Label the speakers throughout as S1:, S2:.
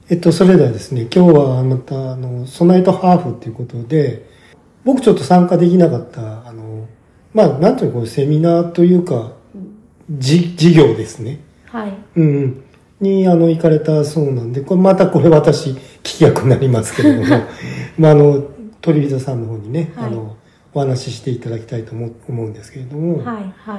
S1: それではですね、今日はまた、ソナイトハーフっていうことで、僕ちょっと参加できなかった、なんというか、セミナーというか、事業ですね。
S2: はい。
S1: に、行かれたそうなんで、これ私、聞き役になりますけれども、鳥人さんの方にね、
S2: はい、
S1: お話ししていただきたいと思うんですけれども、
S2: はい、はい。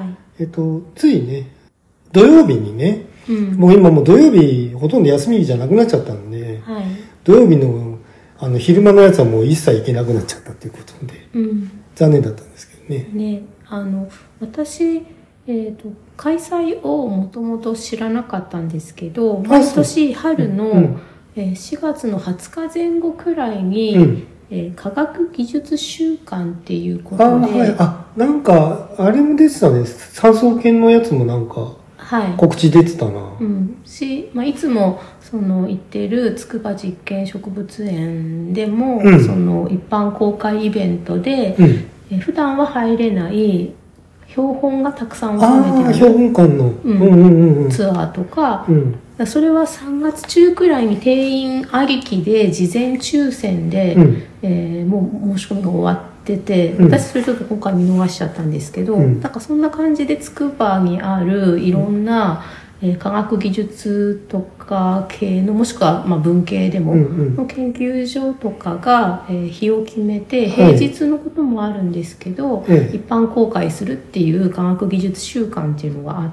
S1: ついね、土曜日にね、もう今もう土曜日ほとんど休みじゃなくなっちゃったんで、
S2: はい、
S1: 土曜日の昼間のやつはもう一切行けなくなっちゃったっていうことで、残念だったんですけどね。
S2: ね、私、開催をもともと知らなかったんですけど、毎年春の、4月の20日前後くらいに、科学技術週間っていうことで、
S1: なんかあれも出てたね、産総研のやつもなんか告知出てたな。
S2: いつも行ってる筑波実験植物園でも、その一般公開イベントで、普段は入れない標本がたくさん収めてある
S1: 標本館の、
S2: ツアーとか、それは3月中くらいに定員ありきで事前抽選で、もう申し込みが終わってて、私それちょっと今回見逃しちゃったんですけど、なんかそんな感じで筑波にあるいろんな、科学技術とか系のもしくは文系でもの研究所とかが、日を決めて平日のこともあるんですけど、一般公開するっていう科学技術週間っていうのがあって、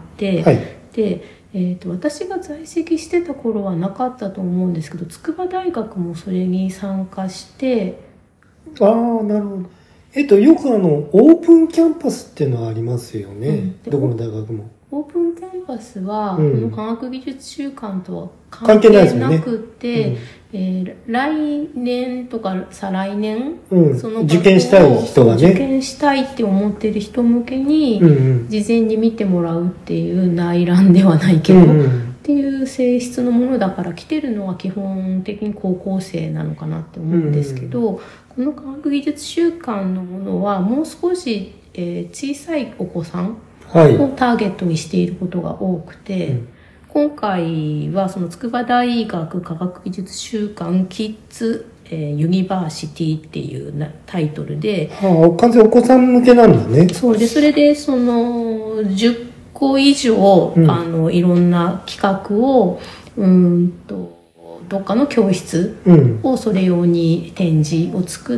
S2: で、私が在籍してた頃はなかったと思うんですけど、筑波大学もそれに参加して。
S1: なるほど。よくオープンキャンパスっていうのはありますよね、どこの大学も。
S2: オープンキャンパスは、この科学技術週間とは関係なくて、来年とか再来年、その
S1: 受験したい人がね、
S2: 受験したいって思ってる人向けに、事前に見てもらうっていう内覧ではないけど、っていう性質のものだから来てるのは基本的に高校生なのかなって思うんですけど、この科学技術週間のものはもう少し、小さいお子さんをターゲットにしていることが多くて、今回はその筑波大学科学技術週間キッズ、ユニバーシティっていうタイトルで、
S1: 完全お子さん向けなんだね。
S2: そうで、それでその10個以上、いろんな企画をどっかの教室をそれ用に展示を作って、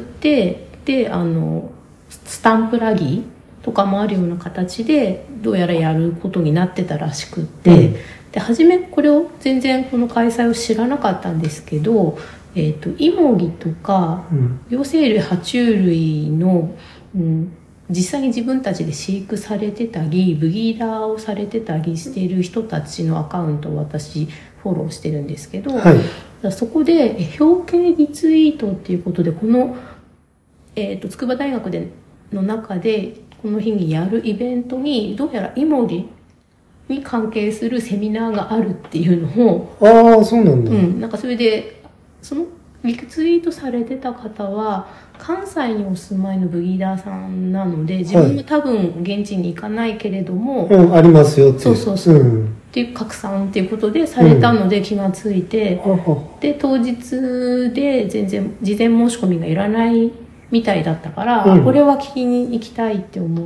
S2: でスタンプラギーとかもあるような形でどうやらやることになってたらしくって、で初めこれを全然この開催を知らなかったんですけど、イモギとか両生類爬虫類の、実際に自分たちで飼育されてたりブギーダーをされてたりしている人たちのアカウントを私フォローしてるんですけど、そこで表敬リツイートっていうことでこの、筑波大学の中でこの日にやるイベントにどうやらイモリに関係するセミナーがあるっていうのを、
S1: そうなんだ。
S2: なんかそれでそのリツイートされてた方は関西にお住まいのブギーダーさんなので、自分は多分現地に行かないけれども、
S1: ありますよって
S2: そうっていう拡散っていうことでされたので気がついて、で当日で全然事前申し込みがいらないみたいだったから、これは聞きに行きたいって思って、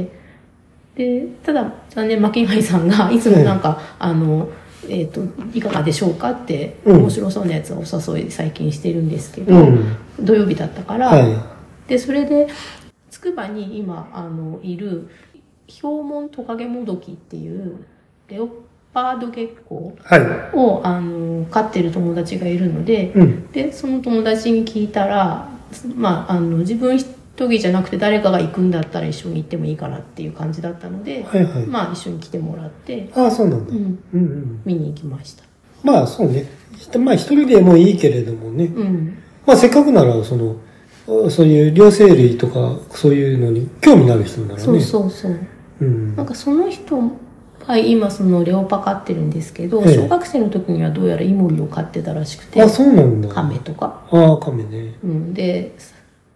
S2: でただ残念巻貝さんがいつもなんか、いかがでしょうかって面白そうなやつをお誘い最近してるんですけど、土曜日だったから、でそれで筑波に今いるヒョウモントカゲモドキっていうレオパードゲッコを、飼ってる友達がいるので、でその友達に聞いたら、自分一人じゃなくて誰かが行くんだったら一緒に行ってもいいからっていう感じだったので、一緒に来てもらって、
S1: そうなんだ、
S2: 見に行きました。
S1: そうね、一人でもいいけれどもね、せっかくならそういう両生類とかそういうのに興味のある人ならね、なんかその人は今そのレオパ飼ってるんですけど、小学生の時にはどうやらイモリを飼ってたらしくて、 そうなんだ。
S2: カメとか。
S1: カメね。
S2: で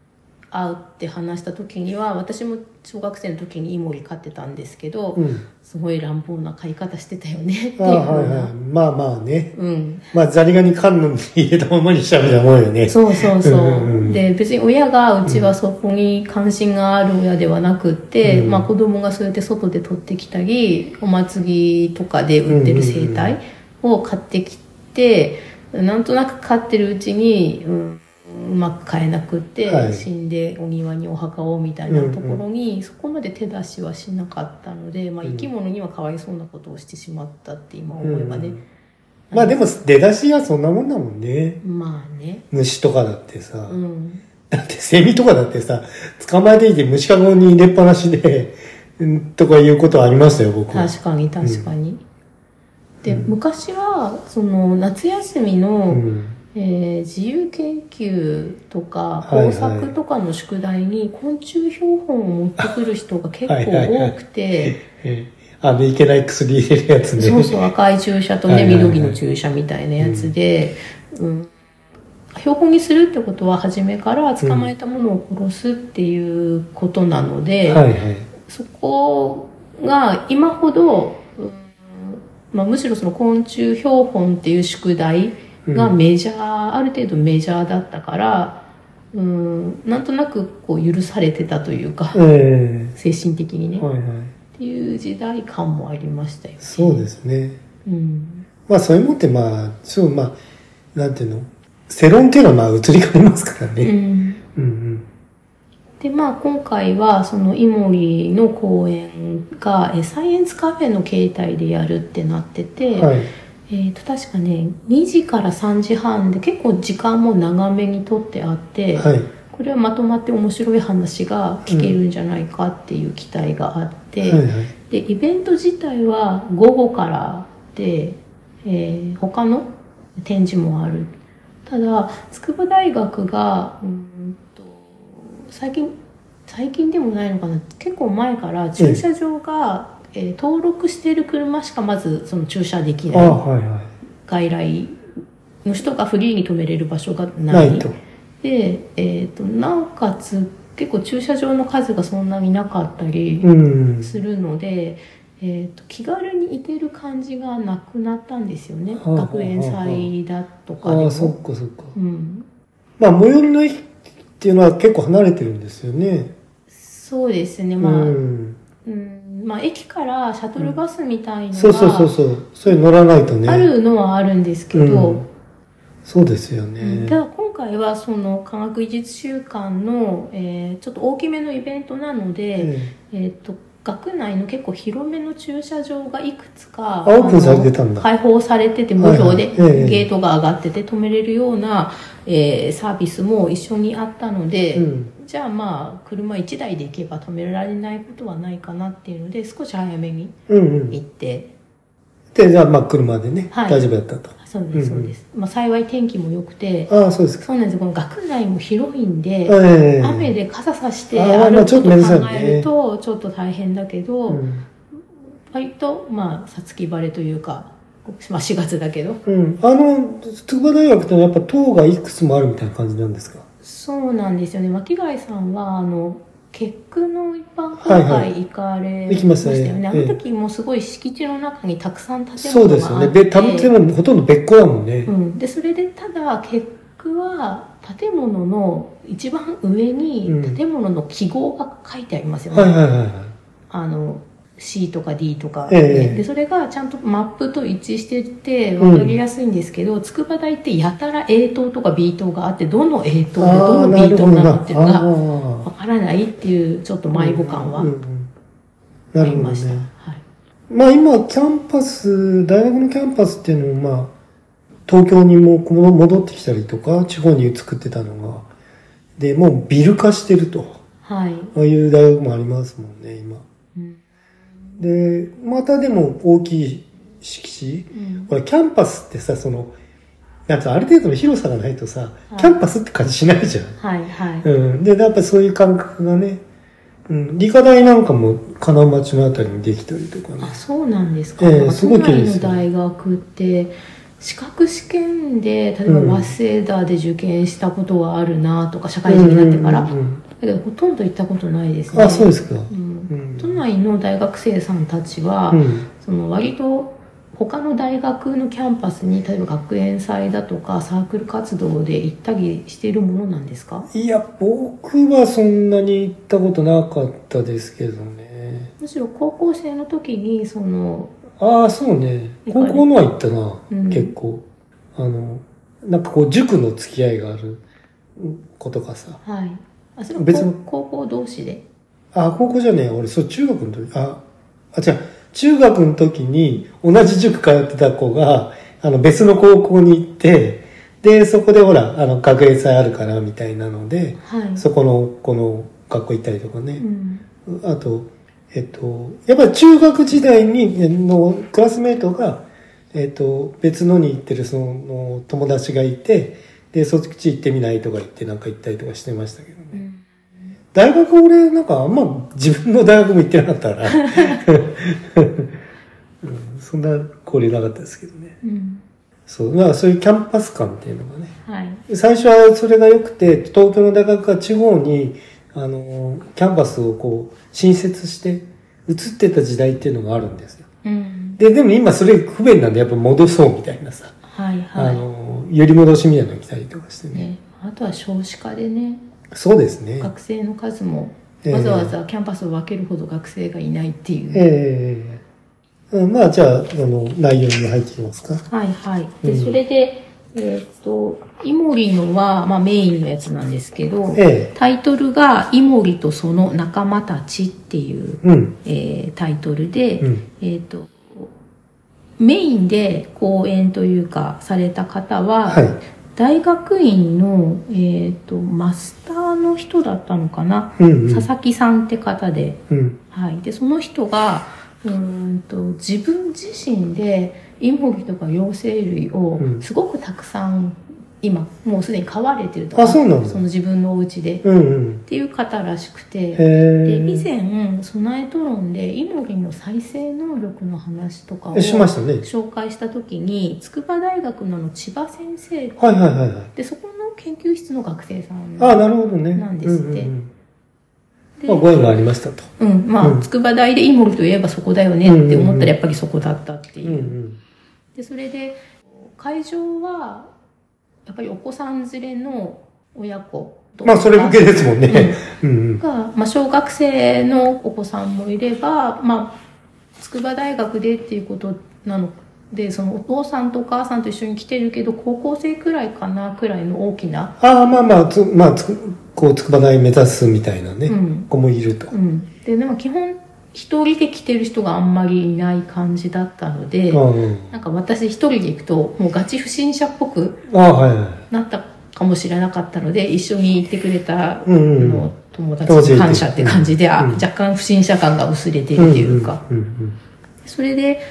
S2: 会うって話した時には、私も小学生の時にイモリ飼ってたんですけど、すごい乱暴な飼い方してたよねっていうような。
S1: はいはい、まあまあね。まあザリガニ缶の入れたままにしちゃうみたいなもんよね。
S2: そうそうそう。で、別に親が、うちはそこに関心がある親ではなくって、まあ子供がそうやって外で取ってきたり、お祭りとかで売ってる生態を買ってきて、なんとなく飼ってるうちに、うまく飼えなくって、死んでお庭にお墓をみたいなところに、そこまで手出しはしなかったので、まあ生き物にはかわいそうなことをしてしまったって今思えばね。
S1: まあでも出だしはそんなもんだもんね。
S2: まあね。
S1: 虫とかだってさ。だってセミとかだってさ、捕まえてきて虫かごに入れっぱなしで、とかいうことはありましたよ、僕は。
S2: 確かに確かに。で、昔は、その夏休みの、自由研究とか工作とかの宿題に昆虫標本を持ってくる人が結構多くて
S1: いけない薬入れるやつね。
S2: そうそう、赤い注射とね、緑の注射みたいなやつで、標本にするってことは初めから捕まえたものを殺すっていうことなので、そこが今ほど、まあ、むしろその昆虫標本っていう宿題がメジャー、ある程度メジャーだったから、なんとなくこう許されてたというか、精神的にね、っていう時代感もありましたよね。
S1: そうですね。まあそういうもんってまあ、まあ、なんていうの、世論っていうのはまあ移り変わりますからね。
S2: で、まあ今回はそのイモリの公演がサイエンスカフェの形態でやるってなってて、確かね、2時から3時半で結構時間も長めにとってあって、これはまとまって面白い話が聞けるんじゃないかっていう期待があって、で、イベント自体は午後からで、他の展示もある。ただ、筑波大学が、最近でもないのかな、結構前から駐車場が、登録している車しかまずその駐車できない、外来の人がフリーに止めれる場所がないと。で、なおかつ結構駐車場の数がそんなになかったりするので、気軽に行ける感じがなくなったんですよね、学園祭だとかでも。
S1: そっかそっか。まあ最寄りの駅っていうのは結構離れてるんですよね。
S2: そうですね、まあ、まあ駅からシャトルバスみたいのが、
S1: それ乗らないとね。
S2: あるのはあるんですけど、
S1: そうですよね。
S2: ただ今回はその科学技術週間の、ちょっと大きめのイベントなので、学内の結構広めの駐車場がいくつか
S1: オープンされてたんだ。
S2: 開放されてて、無料でゲートが上がってて止めれるような、サービスも一緒にあったので、じゃあまあ車1台で行けば止められないことはないかなっていうので少し早めに行って、
S1: でじゃあまあ車でね、大丈夫だったと。
S2: そうですそうです。まあ幸い天気も良くて、
S1: そうですか。
S2: そうなんです。この学内も広いんで、雨で傘さして歩くことを考えるとちょっと大変だけど、割とまあさつき晴れというか、まあ4月だけど。
S1: 筑波大学ってのはやっぱ塔がいくつもあるみたいな感じなんですか？
S2: そうなんですよね。巻貝さんは結句の一般公開行かれましたよね。あの時もすごい敷地の中にたくさん建物があって。そうですよね。
S1: 建物ほとんど別個だもんね。
S2: で、それでただ結句は建物の一番上に建物の記号が書いてありますよね。C とか D とかで、それがちゃんとマップと一致してて分かりやすいんですけど、筑波大ってやたら A 棟とか B 棟があって、どの A 棟でどの B 棟なのっていうのが分からないっていうちょっと迷子感はありました。
S1: まあ今キャンパス、大学のキャンパスっていうのもまあ東京にも戻ってきたりとか地方に作ってたのがでもうビル化してると、ああいう大学もありますもんね今。で、またでも大きい敷地、これキャンパスってさ、なんかある程度の広さがないとさ、キャンパスって感じしないじゃん。で、やっぱりそういう感覚がね、理科大なんかも金町のあたりにできたりとかね。
S2: そうなんですか。
S1: すごい綺麗です
S2: よ。都内の大学って、資格試験で、例えば早稲田で受験したことがあるなとか、社会人になってから。 だけどほとんど行ったことないですね。
S1: あ、そうですか。
S2: 都内の大学生さんたちは、その割と他の大学のキャンパスに例えば学園祭だとかサークル活動で行ったりしているものなんですか？
S1: いや、僕はそんなに行ったことなかったですけどね。
S2: むしろ高校生の時にその
S1: ああ、そうね。高校のは行ったな、結構。なんかこう、塾の付き合いがある子とかさ。
S2: はい。あ、それ別の高校同士で。
S1: あ、高校じゃねえ。俺、そう、中学の時、違う。中学の時に同じ塾通ってた子が、別の高校に行って、で、そこでほら、学園祭あるから、みたいなので、はい、そこの、この学校行ったりとかね。あと、やっぱり中学時代のクラスメートが、別のに行ってるその友達がいて、で、そっち行ってみないとか言ってなんか行ったりとかしてましたけどね。大学俺なんかあんま自分の大学も行ってなかったから、そんな交流なかったですけどね。そう、だからそういうキャンパス感っていうのがね。はい、最初はそれが良くて、東京の大学が地方に、キャンパスをこう、新設して移ってた時代っていうのがあるんですよ。でも今それ不便なんでやっぱ戻そうみたいなさ。はいはい。より戻しみたいなのが来たりとかしてね。
S2: あとは少子化でね。
S1: そうですね。
S2: 学生の数もわざわざキャンパスを分けるほど学生がいないっていう。
S1: まあじゃあ、内容に入っていきますか。
S2: はいはい。で、それで、イモリのは、まあメインのやつなんですけど、タイトルがイモリとその仲間たちっていう、タイトルで、メインで講演というかされた方は、はい、大学院の、マスターの人だったのかな、佐々木さんって方で、はい。で、その人が、自分自身でイモリとか両生類をすごくたくさん今もうすでに飼われてるとか、その自分のお家で、っていう方らしくて、で以前備えトロンでイモリの再生能力の話とかを紹介した時に筑波大学の千葉先生でそこの研究室の学生さんなんですって。
S1: まあ、ご縁がありましたと。
S2: まあ、筑波大でイモリといえばそこだよねって思ったらやっぱりそこだったっていう。で、それで、会場は、やっぱりお子さん連れの親子とか。
S1: まあ、それ向けですもんね。
S2: が、まあ、小学生のお子さんもいれば、まあ、筑波大学でっていうことなので、そのお父さんとお母さんと一緒に来てるけど、高校生くらいかな、くらいの大きな。
S1: こう、筑波大目指すみたいなね、子もいると。
S2: でも基本、一人で来てる人があんまりいない感じだったので、なんか私一人で行くと、もうガチ不審者っぽくなったかもしれなかったので、一緒に行ってくれた友達に感謝って感じで、若干不審者感が薄れてるっていうか。それで、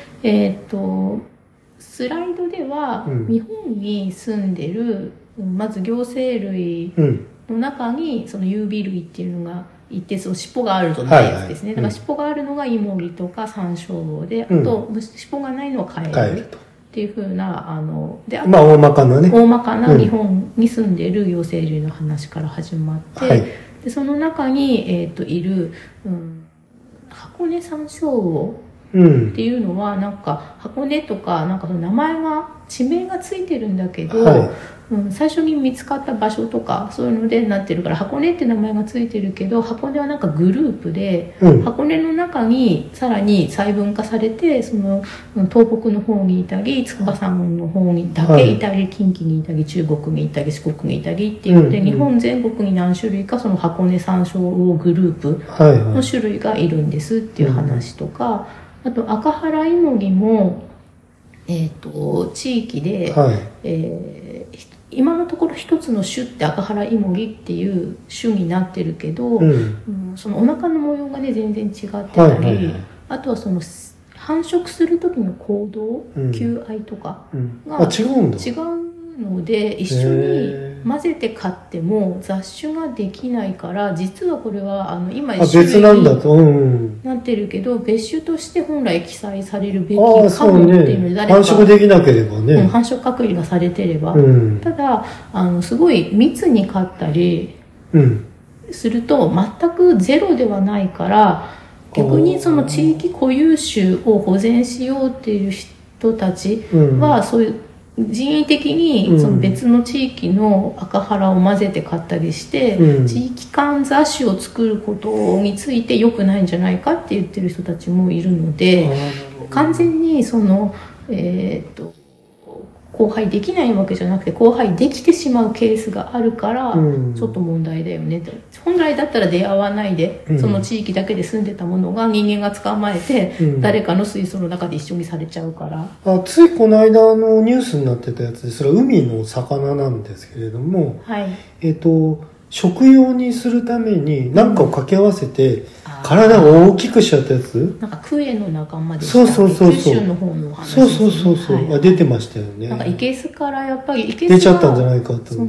S2: スライドでは、日本に住んでる、まず両生類の中に、その有尾類っていうのがいて、その尻尾があるとないやつですね。だから尻尾があるのがイモリとかサンショウウオで、あと、尻尾がないのはカエルっていうふうな、で、あと、
S1: まあ、大まかなね。
S2: 大まかな日本に住んでる両生類の話から始まって、で、その中に、いる、箱根サンショウウオっていうのは、なんか箱根とかなんかその名前が地名がついてるんだけど、最初に見つかった場所とかそういうのでなってるから箱根って名前がついてるけど、箱根はなんかグループで、箱根の中にさらに細分化されて、その東北の方にいたり筑波山の方にだけいたり、近畿にいたり中国にいたり四国にいたりっていうので、日本全国に何種類かその箱根サンショウウオグループの種類がいるんですっていう話とか、あと赤原イモリも、地域で、今のところ一つの種って赤原イモリっていう種になってるけど、そのお腹の模様がね全然違ってたり、あとはその繁殖する時の行動、求愛とかが違うので、一緒に混ぜて飼っても雑種ができないから、実はこれは今一種類になってるけど、別種として本来記載されるべきかもっていうので、
S1: 繁殖できなければね、
S2: 繁殖隔離がされてれば、ただすごい密に飼ったり、 すると全くゼロではないから、逆にその地域固有種を保全しようっていう人たちは、そういう人為的にその別の地域のアカハラを混ぜて買ったりして、地域間雑種を作ることについて良くないんじゃないかって言ってる人たちもいるので、完全にその交配できないわけじゃなくて交配できてしまうケースがあるから、ちょっと問題だよねって。本来だったら出会わないで、その地域だけで住んでたものが人間が捕まえて、誰かの水槽の中で一緒にされちゃうから。
S1: ついこの間ニュースになってたやつで、それは海の魚なんですけれども、
S2: はい、
S1: 食用にするために何かを掛け合わせて、体を大きくしちゃったやつ、
S2: なんかクエの仲間でしたっけ。九州の方の話
S1: ですね。そう、はい、出てましたよね。
S2: なんかイケスからやっぱり
S1: 出ちゃったんじゃないかと。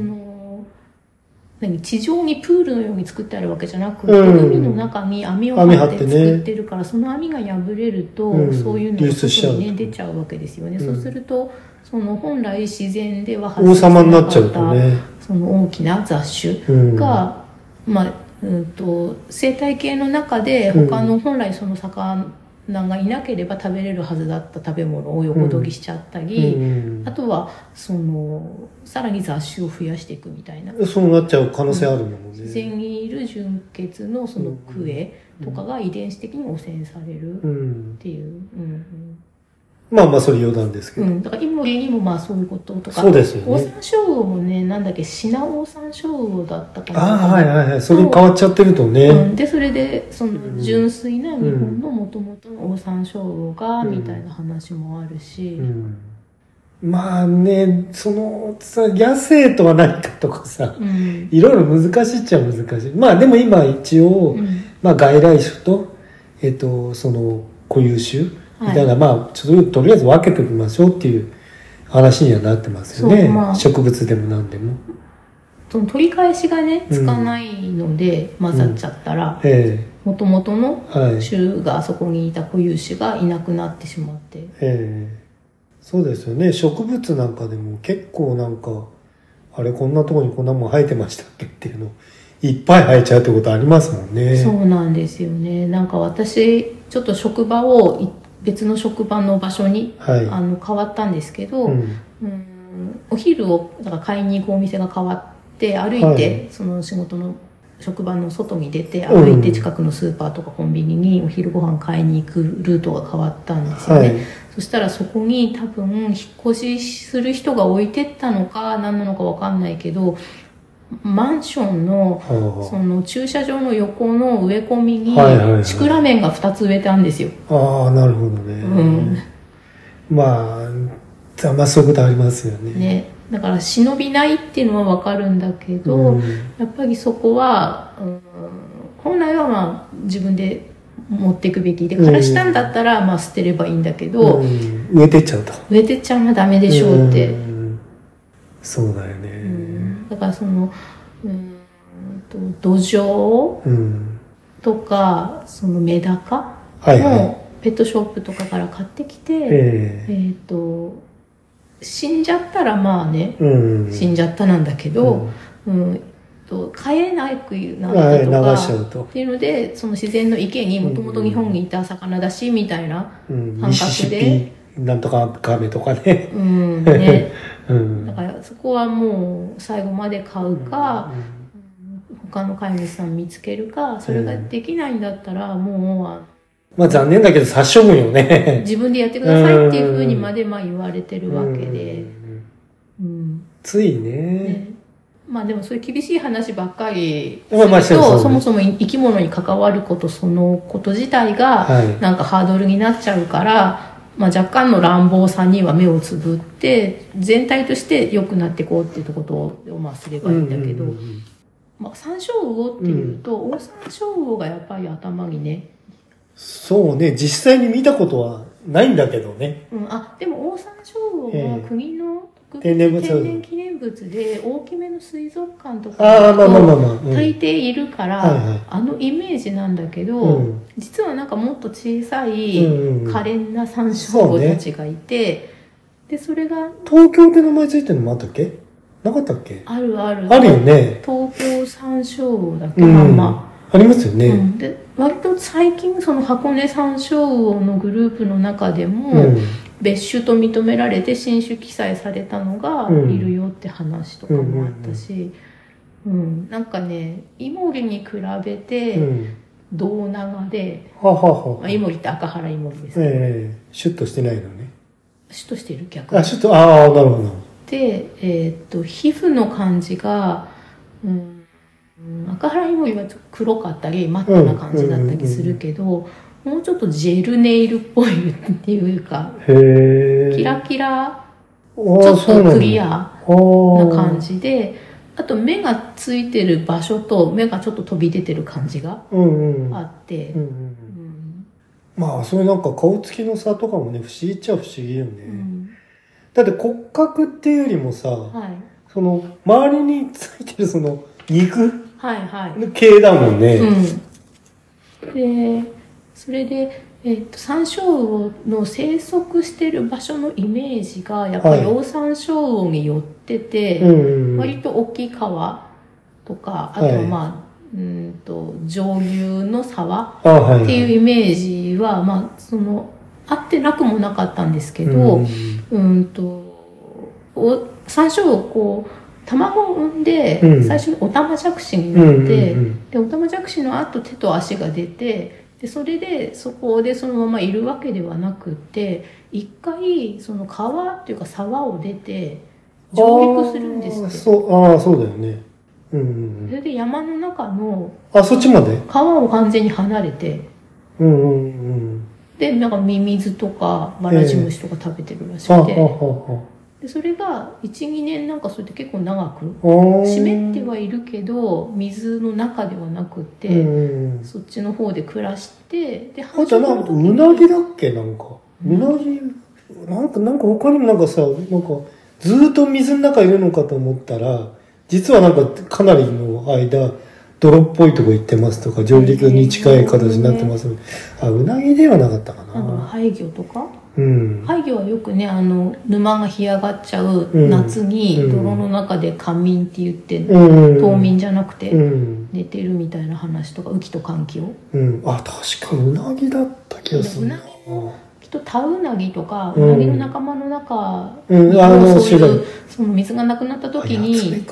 S2: 地上にプールのように作ってあるわけじゃなくて、海の中に網を張って作ってるから、その網が破れると、そういうのが外にね出ちゃうわけですよね。そうするとその本来自然では
S1: 王様になっちゃうとね、
S2: その大きな雑種が、生態系の中で他の本来その魚がいなければ食べれるはずだった食べ物を横取りしちゃったり、あとはそのさらに雑種を増やしていくみたいな、
S1: そうなっちゃう可能性あるもんね。
S2: 自然にいる純血のそのクエとかが遺伝子的に汚染されるっていう、
S1: まあそれ余談ですけど、
S2: だからイモリにもそういうこととか、
S1: そうですよね。
S2: オオサンショウウオもね、なんだっけ、シナオオサンショウウオだったかな。
S1: はい、それ変わっちゃってるとね、
S2: でそれでその純粋な日本の元々のオオサンショウウオがみたいな話もあるし、
S1: まあね、そのさ、野生とは何かとかさ、いろいろ難しいっちゃ難しい。まあでも今一応、外来種とその固有種みたいな、ちょっととりあえず分けておきましょうっていう話にはなってますよね。植物でも何でも。
S2: その取り返しがねつかないので、混ざっちゃったら、元々の種がそこにいた固有種がいなくなってしまって。
S1: そうですよね。植物なんかでも結構なんか、あれこんなとこにこんなもん生えてましたっけっていうのいっぱい生えちゃうってことありますもんね。
S2: そうなんですよね。なんか私ちょっと職場を別の職場の場所に、変わったんですけど、お昼をだから買いに行くお店が変わって歩いて、その仕事の職場の外に出て歩いて近くのスーパーとかコンビニにお昼ご飯買いに行くルートが変わったんですよね。そしたらそこに多分引っ越しする人が置いてったのか何なのか分かんないけど、マンションのその駐車場の横の植え込みにシクラメンが2つ植えてあるんですよ。
S1: なるほどね。そういうことありますよね。
S2: だから忍びないっていうのは分かるんだけど、やっぱりそこは、本来は自分で持っていくべきで、枯らしたんだったら捨てればいいんだけど、
S1: 植えてっちゃうと。
S2: 植えてっちゃうのはダメでしょうって。
S1: そうだよね。
S2: だからその土壌とかそのメダカもペットショップとかから買ってきて、死んじゃったら死んじゃったなんだけど、飼えなくなったとかっていうので、その自然の池にもともと日本にいた魚だしみたいな感覚で、
S1: なんとかガメとかね。
S2: だからそこはもう最後まで飼うか、他の飼い主さん見つけるか、それができないんだったらも
S1: う残念だけど殺処分よね。
S2: 自分でやってくださいっていうふうにまで言われてるわけで、
S1: ついね。
S2: でもそういう厳しい話ばっかりすると、そもそも生き物に関わることそのこと自体がなんかハードルになっちゃうから、若干の乱暴さには目をつぶって全体として良くなっていこうっていうことをすればいいんだけど、サンショウウオっていうとオオサンショウウオがやっぱり頭にね。
S1: そうね、実際に見たことはないんだけどね。
S2: でもオオサンショウウオは国の
S1: 天然
S2: 記念物で大きめの水族館とか大抵いるから、あのイメージなんだけど、実はなんかもっと小さい可憐なサンショウウオたちがいて、でそれが
S1: 東京って名前ついてるのもあったっけ？ なかったっけ？
S2: あるある。
S1: あるよね。
S2: 東京山椒魚だっけ、まあま
S1: あ。ありますよね。
S2: で、割と最近その箱根山椒魚のグループの中でも、別種と認められて新種記載されたのがいるよって話とかもあったし、なんかね、イモリに比べて、胴長で、イモリって赤原イモリですけど、
S1: シュッとしてないのね。
S2: シュッとしてる逆に。
S1: シュッと、なるほど。
S2: で、皮膚の感じが、赤原イモリはちょっと黒かったり、マットな感じだったりするけど、もうちょっとジェルネイルっぽいっていうか、キラキラ、ちょっとクリアな感じで、あと目がついてる場所と目がちょっと飛び出てる感じがあって、
S1: まあそれなんか顔つきの差とかもね、不思議っちゃ不思議よね。だって骨格っていうよりもさ、その周りについてるその肉系だもんね。
S2: で、それで、山椒魚の生息してる場所のイメージがやっぱり養山椒魚に寄ってて、割と大きい川とか、あとはまあ、上流の沢っていうイメージは、まあそのあってなくもなかったんですけど、山椒魚こう卵を産んで、最初にオタマジャクシになって、でオタマジャクシの後手と足が出て、でそれでそこでそのままいるわけではなくて、一回その川っていうか沢を出て上陸するんですって。
S1: そうだよね。
S2: それで山の中の
S1: そっちまで
S2: 川を完全に離れて、でなんかミミズとかバラジムシとか食べてるらしくて、でそれが 1,2 年なんかそれって結構長く湿ってはいるけど水の中ではなくて、そっちの方で暮らして、で
S1: じゃあなんかうなぎだっけ、なんかうなぎなんか他にもなんかさ、なんかずーっと水の中いるのかと思ったら、実はなんかかなりの間泥っぽいとこ行ってますとか、上陸に近い形になってます。うなぎではなかったかな。
S2: 廃魚とか、廃魚はよくね、沼が干上がっちゃう夏に泥の中で寒眠って言って、冬眠じゃなくて寝てるみたいな話とか、雨季と乾季を。
S1: 確かにうなぎだった気がするな。
S2: きっとタウナギとか、うなぎの仲間の中にそういうその水がなくなった時に、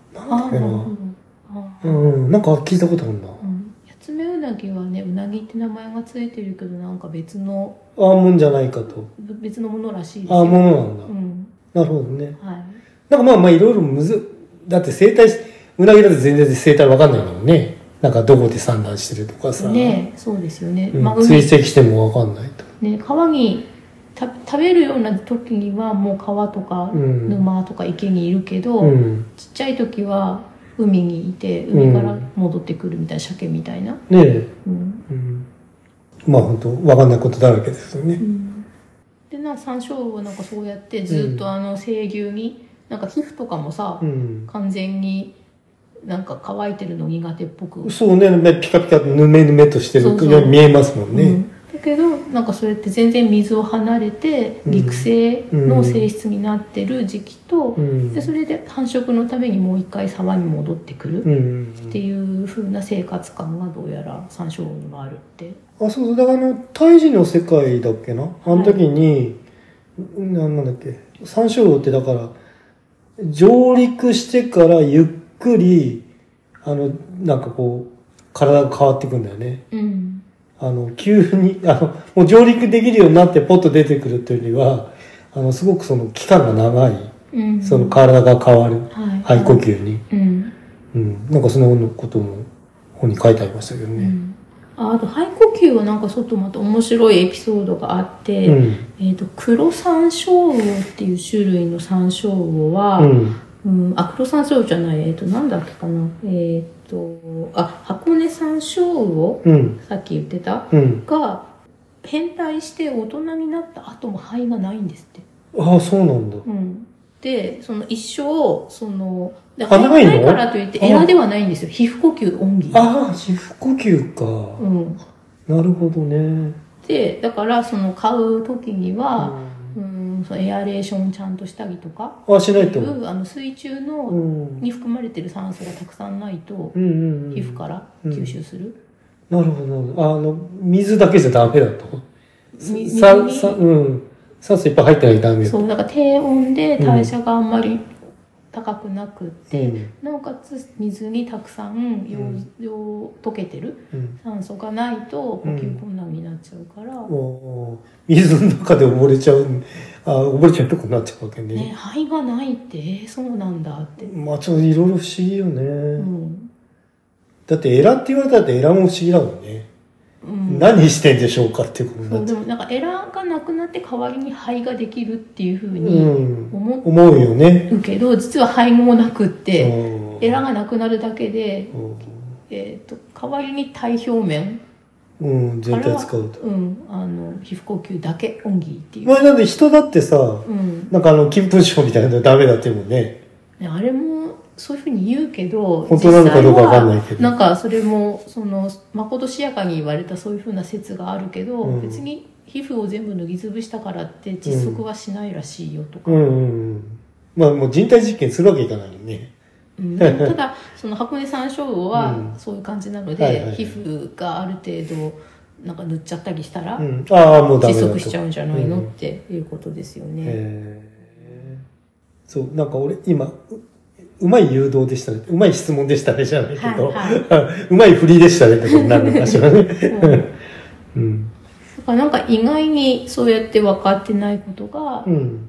S1: なんか聞いたことあるんだ。
S2: ヤツメウナギはね、うなぎって名前がついてるけど、なんか別の
S1: もんじゃないかと。
S2: 別のものらしいですよ。
S1: ものなんだ。なるほどね。なんかまあいろいろだって生態、うなぎだって全然生態わかんないもんね。なんかどこで産卵してるとかさ。
S2: ね、そうですよね。
S1: 追跡してもわかんないと。
S2: ね、川に食べるような時にはもう川とか沼とか池にいるけど、ちっちゃい時は海にいて、海から戻ってくるみたいな、鮭みたいな。
S1: まあ本当わかんないことだらけですよね。
S2: で山椒はなんかそうやってずっと成牛に、なんか皮膚とかもさ、完全になんか乾いてるの苦手っぽく。
S1: そうね、ピカピカぬめぬめとしてるように見えますもんね。
S2: だけどなんかそれって全然水を離れて陸生の性質になってる時期と、でそれで繁殖のためにもう一回沢に戻ってくるっていう風な生活感がどうやら山椒にもあるって。
S1: そうだから胎児の世界だっけな、あの時に、なんだっけ、山椒魚ってだから上陸してからゆっくりなんかこう体が変わっていくんだよね。急にもう上陸できるようになってポッと出てくるというよりはすごくその期間が長い、その体が変わる、肺呼吸に、なんかそのことも本に書いてありましたけどね。
S2: あと肺呼吸はなんかちょっとまた面白いエピソードがあって、黒山椒魚っていう種類の山椒魚は、黒山椒魚じゃない、なんだっけかな、箱根山椒魚、さっき言ってた、が変態して大人になった後も肺がないんですって。
S1: そうなんだ。
S2: でその一生肺がないからといってエラではないんですよ。皮膚呼吸オンリー。
S1: 皮膚呼吸か。なるほどね。
S2: でだから飼う時には、 そのエアレーションをちゃんとしたりとか。
S1: しないと。
S2: 水中に含まれてる酸素がたくさんないと、皮膚から吸収する。
S1: なるほど。水だけじゃダメだと。酸素いっぱい入ってないとダメだと。
S2: そう、だから低温で代謝があんまり高くなくって、なおかつ水にたくさん溶けてる酸素がないと呼吸困難になっちゃうから、
S1: 水の中で溺れちゃうとこになっちゃうわけね。
S2: 肺がないってそうなんだって。
S1: ちょっといろいろ不思議よね。だってエラって言われたらエラも不思議だもんね。何してんでしょうかっていうことになっちゃう。
S2: でもなんかエラがなくなって代わりに肺ができるっていうふうに
S1: 思うよね。
S2: けど、実は肺もなくって、エラがなくなるだけで、代わりに体表面
S1: 全体使うと。
S2: 皮膚呼吸だけ、オンギーっていう。
S1: なんで人だってさ、なんか金粉症みたいなのダメだって言うもんね。
S2: あれも、そういうふうに言うけど、
S1: 本当なのかどうかわかんないけど。
S2: なんかそれも、まことしやかに言われたそういうふうな説があるけど、別に皮膚を全部脱ぎ潰したからって窒息はしないらしいよとか。
S1: もう人体実験するわけいかないよね。
S2: ただ、箱根山椒魚はそういう感じなので、皮膚がある程度、なんか塗っちゃったりしたら、
S1: もうダメだと。
S2: 窒息しちゃうんじゃないのっていうことですよね。
S1: そう、なんか俺今、うまい誘導でしたね。うまい質問でしたね、じゃないけど。うまい振りでしたねってことになるのかしらね。だ
S2: からなんか意外にそうやって分かってないことが、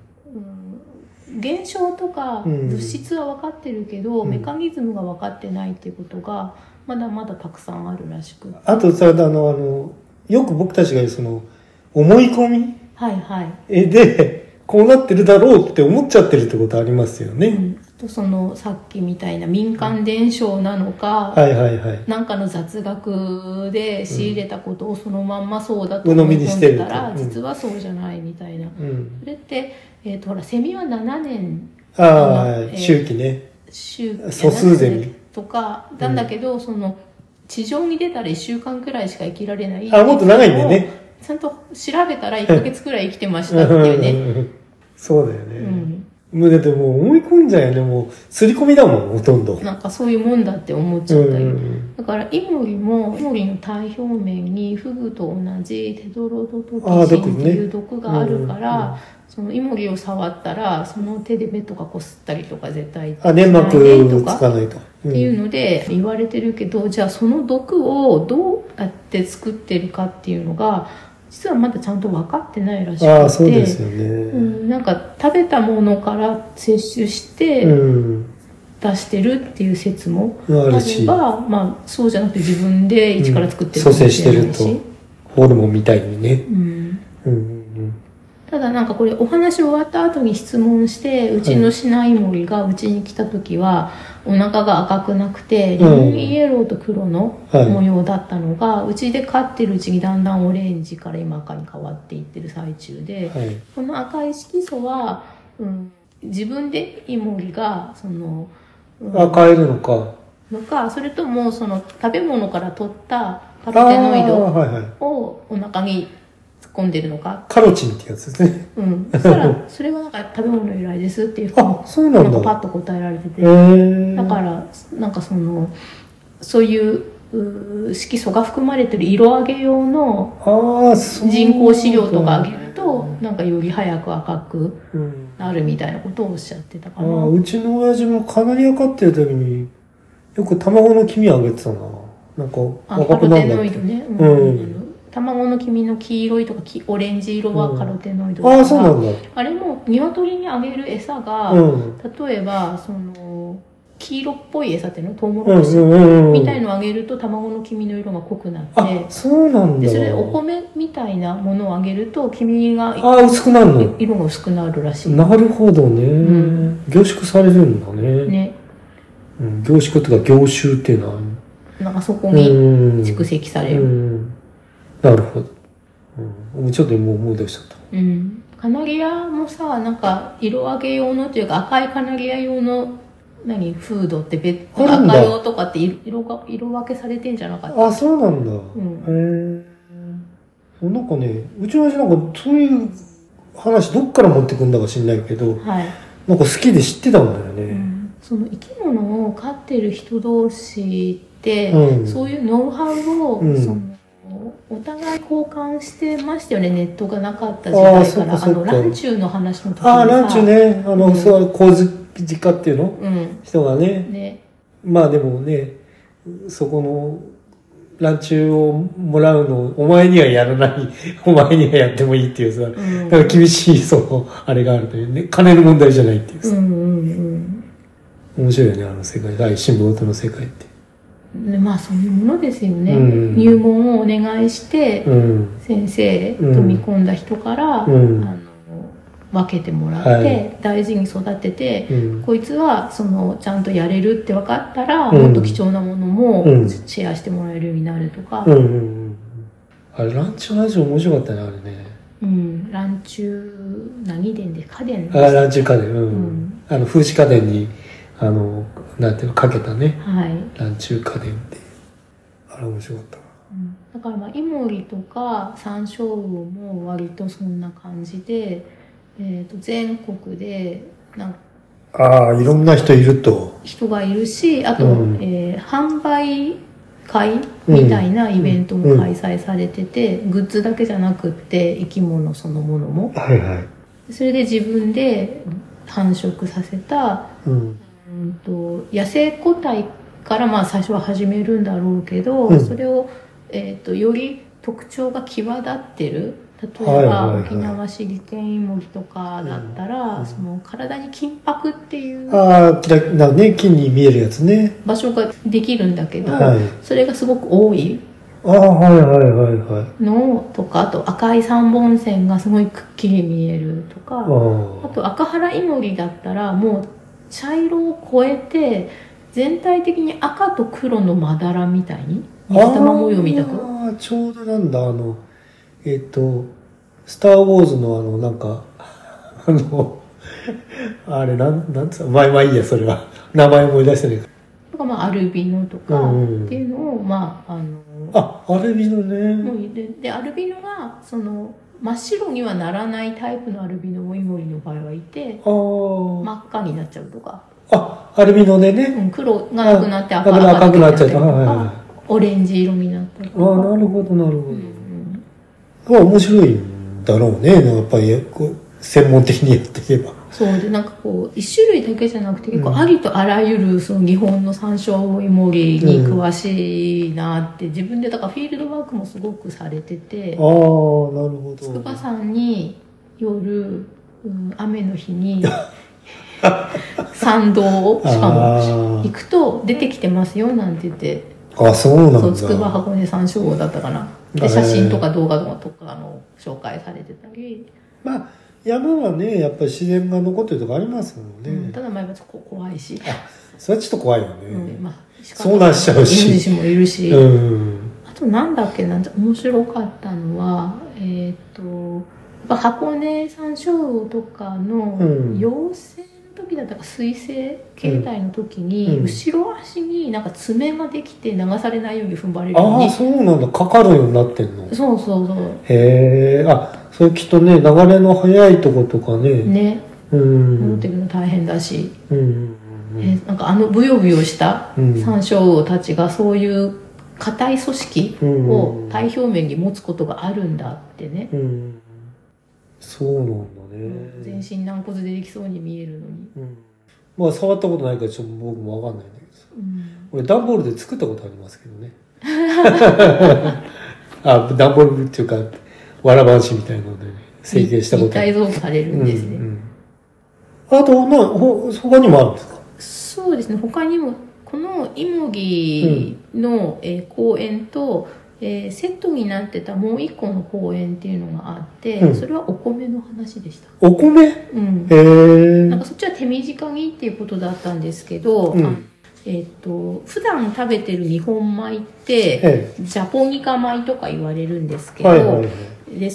S2: 現象とか物質は分かってるけど、メカニズムが分かってないっていうことが、まだまだたくさんあるらしく。
S1: あとさ、よく僕たちが言う思い込みで、こうなってるだろうって思っちゃってるってことありますよね。
S2: さっきみたいな民間伝承なのか、なんかの雑学で仕入れたことをそのまんまそうだと思い込んでたら、実はそうじゃないみたいな。それって、ほら、セミは7年。
S1: 周期ね。
S2: 素数ゼミ。とか、なんだけど、地上に出たら1週間くらいしか生きられない。
S1: もっと長いんだよね。
S2: ちゃんと調べたら1ヶ月くらい生きてましたっていうね。
S1: そうだよね。だってもう思い込んじゃうよね。もう、刷り込みだもん、ほとんど。
S2: なんかそういうもんだって思っちゃったり。だから、イモリの体表面にフグと同じテトロドトキシンっていう毒があるから、そのイモリを触ったら、その手で目とかこすったりとか絶対
S1: 粘膜つかないと。
S2: っていうので言われてるけど、じゃあその毒をどうやって作ってるかっていうのが、実はまだちゃんと分かってないらしくて、
S1: そうですよね。
S2: なんか食べたものから摂取して出してるっていう説もあれば、そうじゃなくて自分で一から作ってるかもしれないし、
S1: 蘇生してるとホルモンみたいにね。
S2: ただなんかこれお話終わった後に質問して、うちのシナイモリがうちに来た時はお腹が赤くなくて、レモンイエローと黒の模様だったのが、うちで飼ってるうちにだんだんオレンジから今赤に変わっていってる最中で、この赤い色素は、自分でイモリが
S1: 変えるのか。
S2: それとも食べ物から取ったカロテノイドをお腹に突っ込んでるのか。
S1: カロチンってやつですね。
S2: そしたら、それはなんか食べ物由来ですっていうふうに、
S1: そうなんだ。
S2: パッと答えられてて。だから、なんかそういう色素が含まれてる色揚げ用の人工飼料とかあげると、なんかより早く赤くなるみたいなことをおっしゃってたかな。
S1: うちの親父もカナリア飼ってる時に、よく卵の黄身あげてたな。なんか赤くなるんだっけ。カロテノイドね。卵の黄身の黄色いとかオレンジ色はカロテノイドだから、 そうなんだ。
S2: あれも鶏にあげる餌が、例えば黄色っぽい餌っていうのトウモロコシみたいのをあげると卵の黄身の色が濃くなって、
S1: そうなんだ。
S2: でそれお米みたいなものをあげると黄身が
S1: 薄くなるの。
S2: 色が薄くなるらしい。
S1: なるほどね。凝縮されるんだね。凝縮とか凝集っていうのは
S2: なんかそこに蓄積される。
S1: なるほど。ちょっともう思い出しちゃった。
S2: カナリアもさ、なんか色揚げ用のというか赤いカナリア用のフードって赤用とかって色分けされてんじゃなかった？
S1: そうなんだ。なんかね、うちの親父なんかそういう話どっから持ってくんだか知んないけど、
S2: はい、
S1: なんか好きで知ってたんだよね。
S2: その生き物を飼ってる人同士って、そういうノウハウを、そのお互い交換してましたよね。ネットがなかった時代から。ランチューの話の時にさ。
S1: ランチューね。そう構図実家っていうの、人がね。まあでもね、そこのランチューをもらうのお前にはやらない、お前にはやってもいいっていうさ、だから厳しいあれがあるというね、金の問題じゃないっていうさ。面白いよね、あの世界、第新聞の世界って。
S2: まあそういうものですよね。入門をお願いして、先生と見込んだ人から、分けてもらって、大事に育てて、こいつはちゃんとやれるって分かったら、もっと貴重なものもシェアしてもらえるようになるとか。
S1: あれランチューラジオ面白かったね、あれね。
S2: ランチュー何電で家電
S1: ランチュー家電、風刺家電になんていうのかけたね、ランチュー家電ってあれ面白かった、
S2: だからイモリとかサンショウウオも割とそんな感じで、全国で
S1: いろんな人いると
S2: 人がいるし、あと、販売会みたいなイベントも開催されてて、グッズだけじゃなくって生き物そのものも、それで自分で繁殖させた、野生個体から最初は始めるんだろうけど、それを、より特徴が際立ってる、例えば沖縄シリケンイモリとかだったら、その体に金箔っていう
S1: 金に見えるやつね、
S2: 場所ができるんだけど、それがすごく多いのとか、あと赤い三本線がすごいくっきり見えるとか、あと赤原イモリだったらもう茶色を超えて全体的に赤と黒のまだらみたいに水玉模様みたく、
S1: ちょうどなんだスター・ウォーズのなんかあれなんつうの、まあいいや、それは名前思い出してないか
S2: とか、アルビノとかっていうのを
S1: アルビノね。
S2: でアルビノが真っ白にはならないタイプのアルビノもイモリの場合はいて、真っ赤になっちゃうとか、
S1: アルビノでね、
S2: 黒がなくなって赤くなっちゃうとか、オレンジ色になったりとか。
S1: なるほどなるほど。面白いんだろうね、やっぱり専門的にやっていけば。
S2: そうで、一種類だけじゃなくて結構ありとあらゆる日本のサンショウウオイモリに詳しいなって、自分でだからフィールドワークもすごくされてて、
S1: なるほど。
S2: 筑波山に夜、雨の日に山道をしかも行くと出てきてますよなんて言って、
S1: そうなんだ。そう、
S2: 筑波箱根サンショウウオだったかな、で写真とか動画とか紹介されてたり、
S1: 山はね、やっぱり自然が残ってるとこありますもんね。
S2: ただ怖いし。
S1: それはちょっと怖いよね。そうなっちゃうし。
S2: イノシシもいるし。あとなんだっけな、面白かったのは、箱根サンショウウオとかの幼生の時だったか水生形態の時に、後ろ足に爪ができて流されないように踏ん張れるように。
S1: そうなんだ。かかるようになってんの。
S2: そう。
S1: へえ。それきっとね、流れの速いとことかね。
S2: 戻ってくるの大変だし。ブヨブヨしたサンショウウオたちがそういう硬い組織を体表面に持つことがあるんだってね。
S1: そうなんだね。
S2: 全身軟骨でできそうに見えるのに。
S1: 触ったことないからちょっと僕もわかんないんだけどさ。俺段ボールで作ったことありますけどね。段ボールっていうか、わらばんしみたいなので成形したこと
S2: 立体造されるんですね。
S1: あと他にもあるんですか？
S2: そうですね、他にもこのイモギの、公園と、セットになってたもう一個の公園っていうのがあって、それはお米の話でした。
S1: お米？
S2: そっちは手短にっていうことだったんですけど、普段食べてる日本米って、ジャポニカ米とか言われるんですけど、で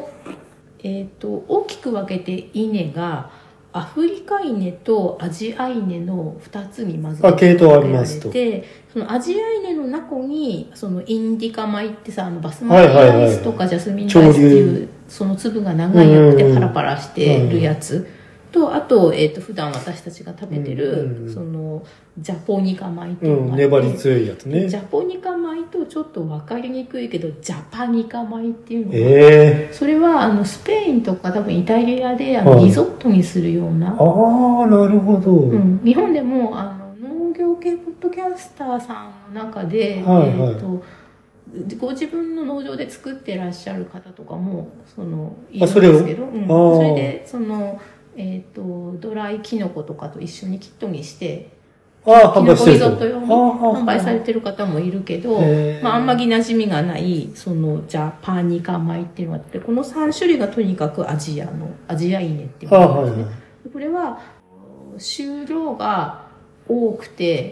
S2: 大きく分けて稲がアフリカ稲とアジア稲の2つにまず
S1: 系統ありますと。
S2: そのアジア稲の中にインディカ米ってさ、バスマティライスとかジャスミンライスっていうその粒が長いやつでパラパラしてるやつと、あと、普段私たちが食べてる、その、ジャポニカ米っていうのがあって、
S1: 粘り強いやつね。
S2: ジャポニカ米とちょっと分かりにくいけど、ジャパニカ米っていうのが、それは、スペインとか多分イタリアで、リゾットにするような。
S1: ああ、なるほど。
S2: 日本でも、農業系ポッドキャスターさんの中で、ご自分の農場で作ってらっしゃる方とかも、いるんですけど、それで、ドライキノコとかと一緒にキットにして、キノコリゾット用に販売されてる方もいるけど、あんまり馴染みがない、ジャパニカ米っていうのがあって、この3種類がとにかくアジア稲っていうものですね。これは、収量が多くて、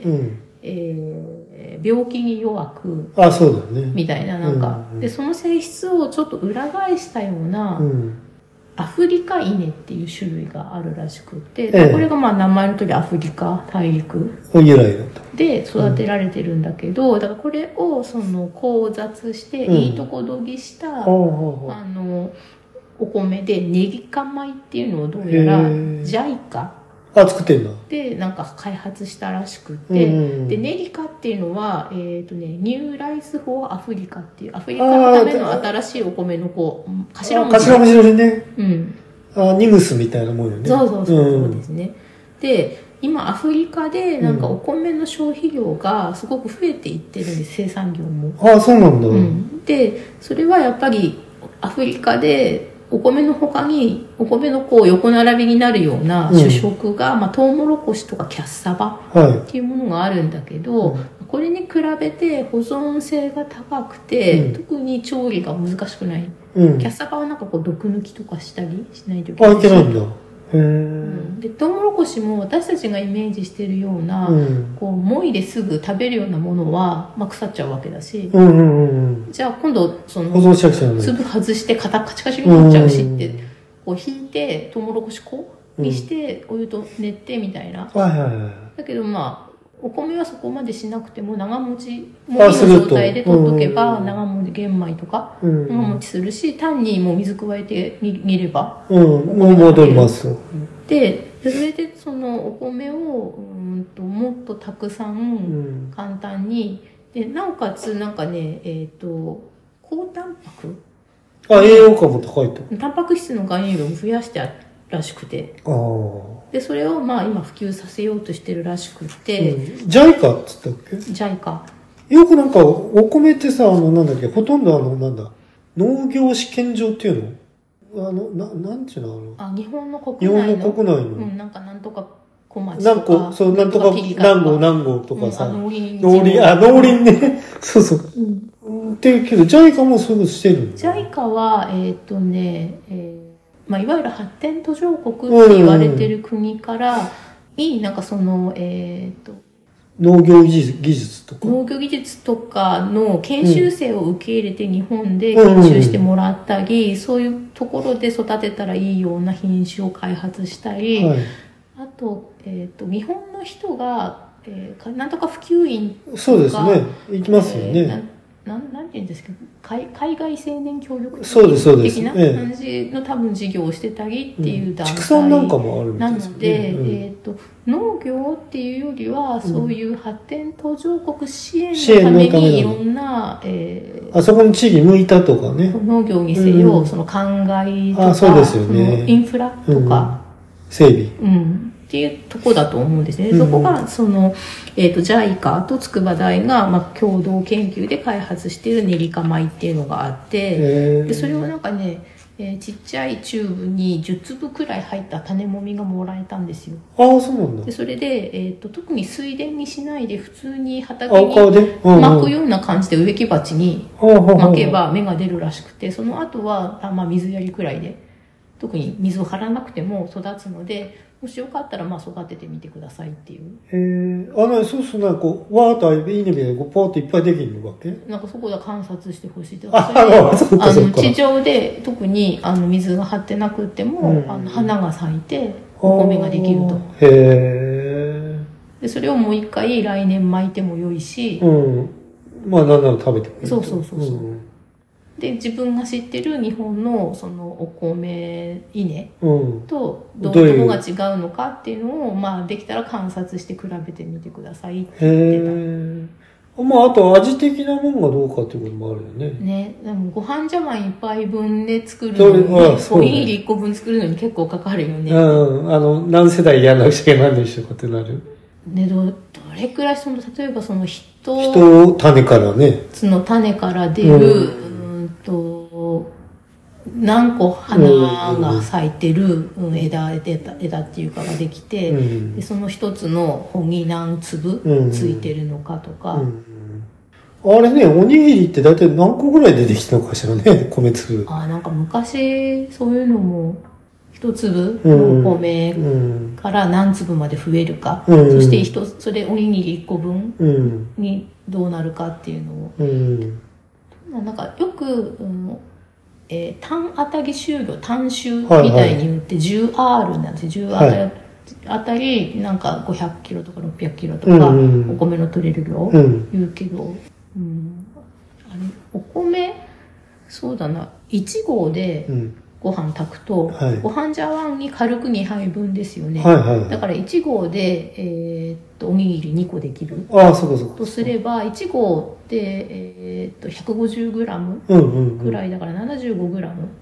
S2: 病気に弱く、
S1: そうだね。
S2: みたいな、なんか、で、その性質をちょっと裏返したような、アフリカ稲っていう種類があるらしくて、これが名前の通りアフリカ大陸で育てられてるんだけど、だからこれを交雑していいとこどぎした、お米でネギカ米っていうのをどうやらジャイカ
S1: 作ってんだ。
S2: で、なんか開発したらしくて、で、ネリカっていうのは、ニューライス・フォー・アフリカっていう、アフリカのための新しいお米の頭文字。
S1: 頭文字でね。ニムスみたいなもんよね。
S2: そうですね。で、今アフリカでなんかお米の消費量がすごく増えていってるんです、生産量も。
S1: そうなんだ。
S2: で、それはやっぱりアフリカで、お米の他に、お米の横並びになるような主食が、トウモロコシとかキャッサバっていうものがあるんだけど、これに比べて保存性が高くて、特に調理が難しくない。キャッサバはなんか毒抜きとかしたりしないといけないし。
S1: いけないんだ。
S2: で、トウモロコシも私たちがイメージしてるような、もいですぐ食べるようなものは、腐っちゃうわけだし、じゃあ今度、粒外してカチカチになっちゃうしって、引いて、トウモロコシ粉にして、お湯と練ってみたいな。だけどお米はそこまでしなくても長持ちもいい状態で取っとけば長持ち玄米とか長持ちするし、単にもう水加えて煮れば
S1: 戻ります。
S2: でそれでお米をもっとたくさん簡単にでなおかつなんかね高タンパク
S1: 栄養価も高いと
S2: タンパク質の含有量を増やしてあるらしくてでそれを今普及させようとしてるらしくて、
S1: ジャイカっつったっけ？
S2: ジャイカ
S1: よくなんかお米ってさなんだっけほとんど農業試験場っていうのなんていうの
S2: 日本の国内のなんかなんとか小町とか
S1: なんとか何号とかさ
S2: 農林
S1: ねそうっていうけどジャイカもそういうことしてるん
S2: ジャイカはいわゆる発展途上国って言われてる国からなんか
S1: 農業技術
S2: とかの研修生を受け入れて日本で研修してもらったり、そういうところで育てたらいいような品種を開発したり、あと、日本の人が、なんとか普及員とか
S1: そうですね行きますよね、
S2: なんて言うんですけど海外青年協力
S1: 隊
S2: 的な感じの多分事業をしてたりっていう団体、
S1: 畜産なんかもあるみたいです
S2: なので、農業っていうよりはそういう発展途上国支援のためにいろんな、
S1: あそこの地域向いたとかね
S2: 農業にせよ、その灌漑とか
S1: そうですよね、
S2: インフラとか、
S1: 整備、
S2: っていうとこだと思うんですね。そこが、JICA と筑波大が、共同研究で開発している練りか米っていうのがあって、で、それをなんかね、ちっちゃいチューブに10粒くらい入った種もみがもらえたんですよ。
S1: そうなんだ。
S2: で、それで、特に水田にしないで普通に畑に巻くような感じで植木鉢に巻けば芽が出るらしくて、その後は、水やりくらいで、特に水を張らなくても育つので、もしよかったら育ててみてくださいっていう。
S1: そうするとわーっといいねみたいなポーっていっぱいできるわけ？
S2: なんかそこで観察してほしいと
S1: か。
S2: 地上で特に水が張ってなくても、花が咲いてお米ができると。でそれをもう一回来年巻いても良いし。
S1: なんなら食べてもいい。
S2: そう。 で、自分が知ってる日本のそのお米稲とどこが違うのかっていうのを、まあできたら観察して比べてみてくださいって言ってた。
S1: まああと味的なもんがどうかっていうこともあるよね。
S2: ね、でもご飯茶碗一杯分で作るのに、おにぎり1個分作るのに結構かかるよね。
S1: 何世代やらなくちゃいけないんでしょうかってなる。
S2: ね、どれくらい例えばその
S1: 種からね。
S2: その種から出る、何個花が咲いてる枝っていうかができて、でその一つの穂に何粒ついてるのかとか、
S1: あれね、おにぎりって大体何個ぐらい出てきたのかしらね、米粒。
S2: なんか昔そういうのも一粒のお米から何粒まで増えるか、そしてそれおにぎり1個分にどうなるかっていうのを、なんかよく、単当たり収量、単収みたいに言って 10R なんですよ。10あたりなんか500キロとか600キロとかお米の取れる量言うけど、あれお米そうだな1合でご飯炊くと、ご飯茶碗に軽く2杯分ですよね。だから1合で、おにぎり2個できるとすれば1合で、150グラムぐらいだから75グラム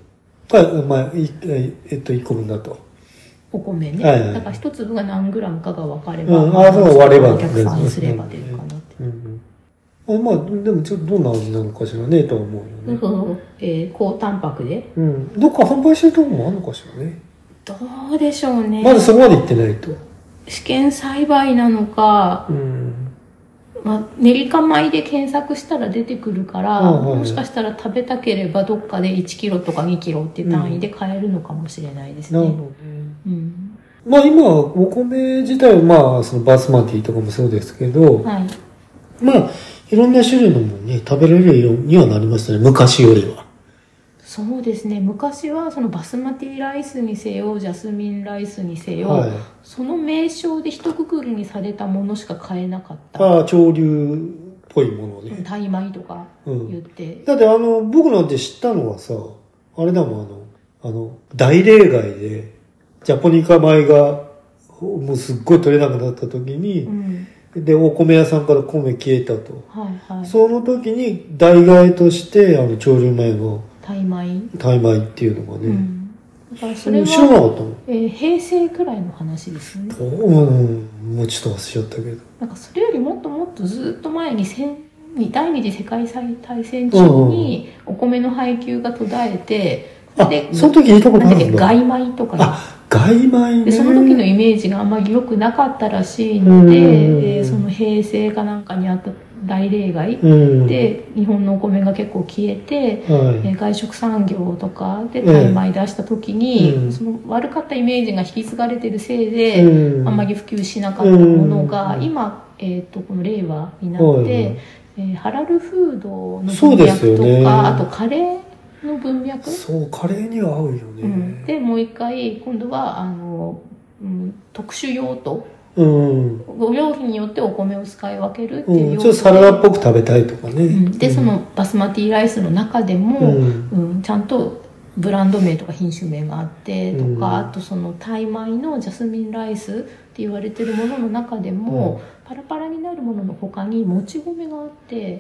S1: 1個分だと
S2: お米ね、だから1粒が何グラムかが分かれば、
S1: 割れば
S2: 逆算すれば出るかなって。
S1: まあでもちょっとどんな味なのかしらねとは思うよ
S2: ね。高タンパクで、
S1: どっか販売してるとこもあるのかしらね。
S2: どうでしょうね。
S1: まだそこまで行ってないと。
S2: 試験栽培なのか、練りか米で検索したら出てくるから、もしかしたら食べたければどっかで1キロとか2キロっていう単位で買えるのかもしれないですね。なるほどね。
S1: まあ今お米自体はまあそのバスマティとかもそうですけど、まあいろんな種類のものね食べられるようにはなりましたね、昔よりは。
S2: そうですね、昔はそのバスマティライスにせよジャスミンライスにせよ、その名称で一括りにされたものしか買えなかった。
S1: 潮流っぽいものね、
S2: タイ米とか言って、
S1: だって僕なんて知ったのはさ、あれだもん、大例外でジャポニカ米がもうすっごい取れなくなった時に、でお米屋さんから米消えたと、その時に代替として潮流米のタイ米っていうのがね、
S2: だからそれは
S1: 知らなかったの、
S2: 平成くらいの話ですよね。
S1: もうちょっと忘れちゃったけど、
S2: なんかそれよりもっともっとずっと前に第二次世界大戦中にお米の配給が途絶えて、
S1: その時聞いたことあるんだ。
S2: 外米とか
S1: 外米ね。
S2: でその時のイメージがあんまり良くなかったらしいので、その平成かなんかにあった大例外で日本のお米が結構消えて、外食産業とかでタイ米出した時に、その悪かったイメージが引き継がれてるせいで、あんまり普及しなかったものが今、この令和になって、ハラルフードの文脈とか、あとカレーの文脈、
S1: カレーには合うよね、
S2: でもう一回今度は特殊用途、お料品によってお米を使い分けるっていう、
S1: ちょっとサラダっぽく食べたいとかね、
S2: でそのバスマティライスの中でも、ちゃんとブランド名とか品種名があってとか、あとそのタイ米のジャスミンライスって言われてるものの中でも、パラパラになるものの他にもち米があって、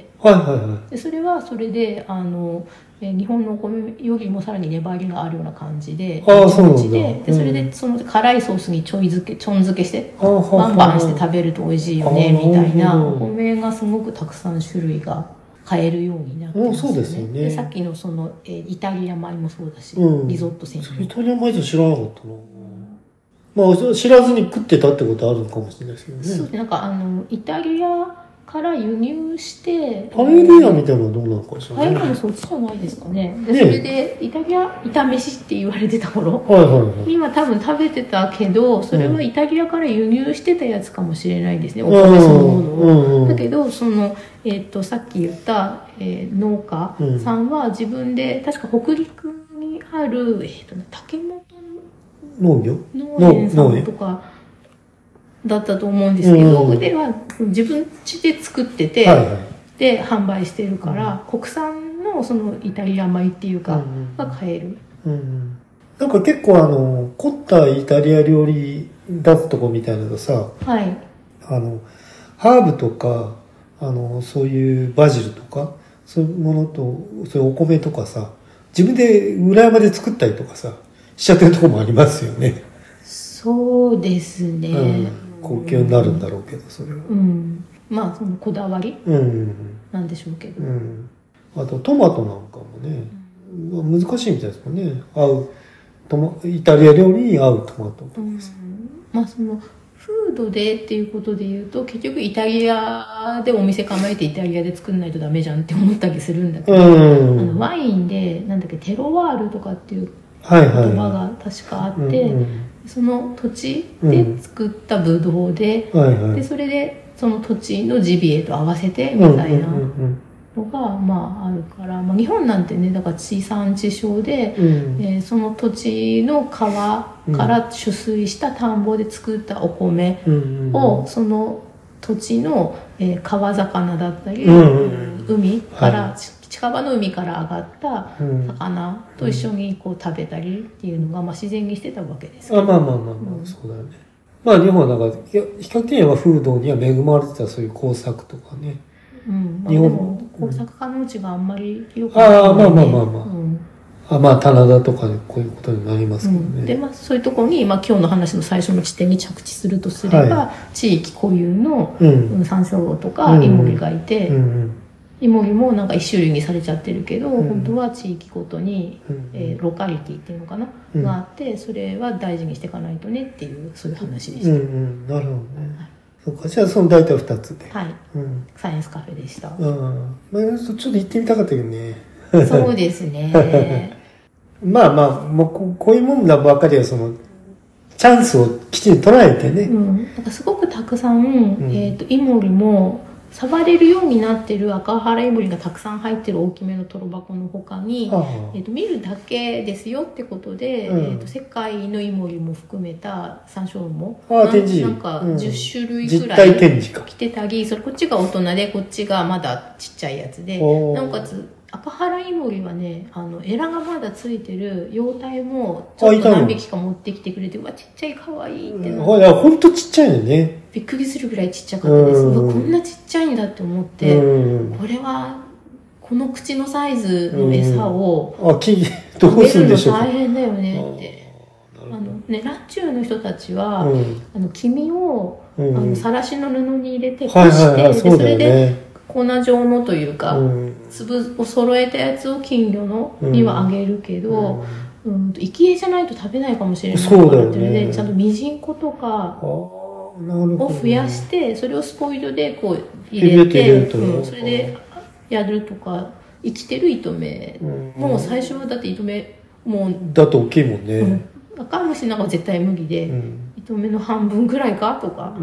S2: でそれはそれで日本のお米よりもさらに粘りがあるような感じで、もちもちで、それでその辛いソースにちょん漬けしてバンバンして食べると美味しいよねみたいな、お米がすごくたくさん種類が買えるようになってますよね。でさっきのそのイタリア米もそうだし、リゾット専用
S1: イタリア米じゃ知らなかったな。まあ知らずに食ってたってことあるのかもしれないですけどね。
S2: そうですね、なんかイタリアから輸入して
S1: パエリアみたいなのはどうなのかしらね。
S2: パエリアもそっちじゃないですかね。でそれでイタリア炒飯って言われてた頃には多分食べてたけど、それはイタリアから輸入してたやつかもしれないですね、お米そのものを。だけどそのさっき言った農家さんは自分で確か北陸にある竹本農園さんとかだったと思うんですけど、では自分家で作ってて、で販売してるから、国産ののそのイタリア米っていうか、が買える。
S1: なんか結構凝ったイタリア料理出すとこみたいなのさ、
S2: はい。
S1: ハーブとか、そういうバジルとか、そういうものと、そういうお米とかさ、自分で裏山で作ったりとかさ、しちゃってるとこもありますよね。
S2: そうですね。
S1: 高級になるんだろうけど、それは。
S2: まあ、そのこだわりなんでしょうけど。
S1: あと、トマトなんかもね、難しいみたいですもんね。イタリア料理に合うトマトとかさ。
S2: まあ、その、フードでっていうことで言うと、結局イタリアでお店構えてイタリアで作んないとダメじゃんって思ったりするんだけど、ワインで、なんだっけ、テロワールとかっていう言葉が確かあって、その土地で作ったブドウで、で、それでその土地のジビエと合わせてみたいなのが、まああるから、まあ日本なんてね、だから地産地消で、その土地の川から取水した田んぼで作ったお米を、その土地の、川魚だったり、海から、近場の海から上がった魚と一緒にこう食べたりっていうのが、まあ自然にしてたわけですけど。
S1: まあ、そうだよね。まあ日本はなんか、比較的には風土には恵まれてたそういう工作とかね。
S2: まあ、日本も工作家のうちがあんまり広くないので、
S1: まあ棚田とかでこういうことになりますけどね。
S2: で、まあそういうところに、まあ今日の話の最初の地点に着地するとすれば、地域固有の山椒とかイモリがいて、イモリもなんか一種類にされちゃってるけど、本当は地域ごとに、ロカリティっていうのかな、があって、それは大事にしていかないとねっていう、そういう話でした。
S1: なるほどね。そうか、じゃあその大体2つで。
S2: はい。サイエンスカフェでした。
S1: まあ、ちょっと行ってみたかったけどね。
S2: そうですね。
S1: まあ、もうこういうもんだばかりは、その、チャンスをきちんと捉えてね。
S2: なんかすごくたくさん、イモリも、触れるようになってる赤原イモリがたくさん入ってる大きめのトロ箱の他に、見るだけですよってことで、世界のイモリも含めた山椒もなんか10種類ぐらい来てたり、それこっちが大人でこっちがまだちっちゃいやつで、なおかつ赤原イモリはね、エラがまだついてる幼体もちょっと何匹か持ってきてくれて、うわちっちゃいかわいいってなって、
S1: ほんとちっちゃいよね。
S2: びっくりするぐらいちっちゃかったです。こんなちっちゃいんだって思って、これはこの口のサイズの餌を
S1: どうするんでしょうか。
S2: 大変だよねって。ランチューの人たちは、黄身をさらしの布に入れて干して、それで粉状のというか、粒を揃えたやつを金魚のにはあげるけど、生き餌じゃないと食べないかもしれないからっていうので、ちゃんとミジンコとかを増やして、それをスポイトでこう入れて、それでやるとか、生きてる糸目もう最初はだって糸目もう
S1: だと大きいもんね。
S2: 赤虫なんか絶対麦で、糸目の半分ぐらいかとか。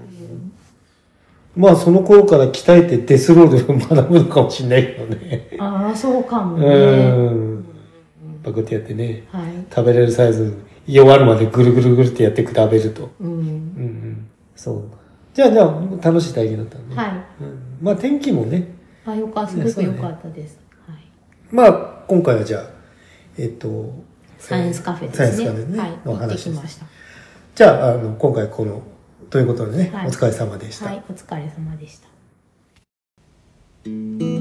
S1: まあその頃から鍛えてデスロールを学ぶのかもしれないけどね。
S2: ああ、そうかもね。
S1: バクってやってね、食べれるサイズ弱るまでぐるぐるぐるってやって比べると。そう。じゃあ楽しい体験だったね。まあ天気もね。
S2: よかった、すごく良かったです。
S1: まあ今回はじゃあ
S2: サイエンスカフェですね。
S1: サイエンスカフェね。
S2: の話です。
S1: じゃあ今回ということでね、お疲れ様でした。
S2: お疲れ様でした。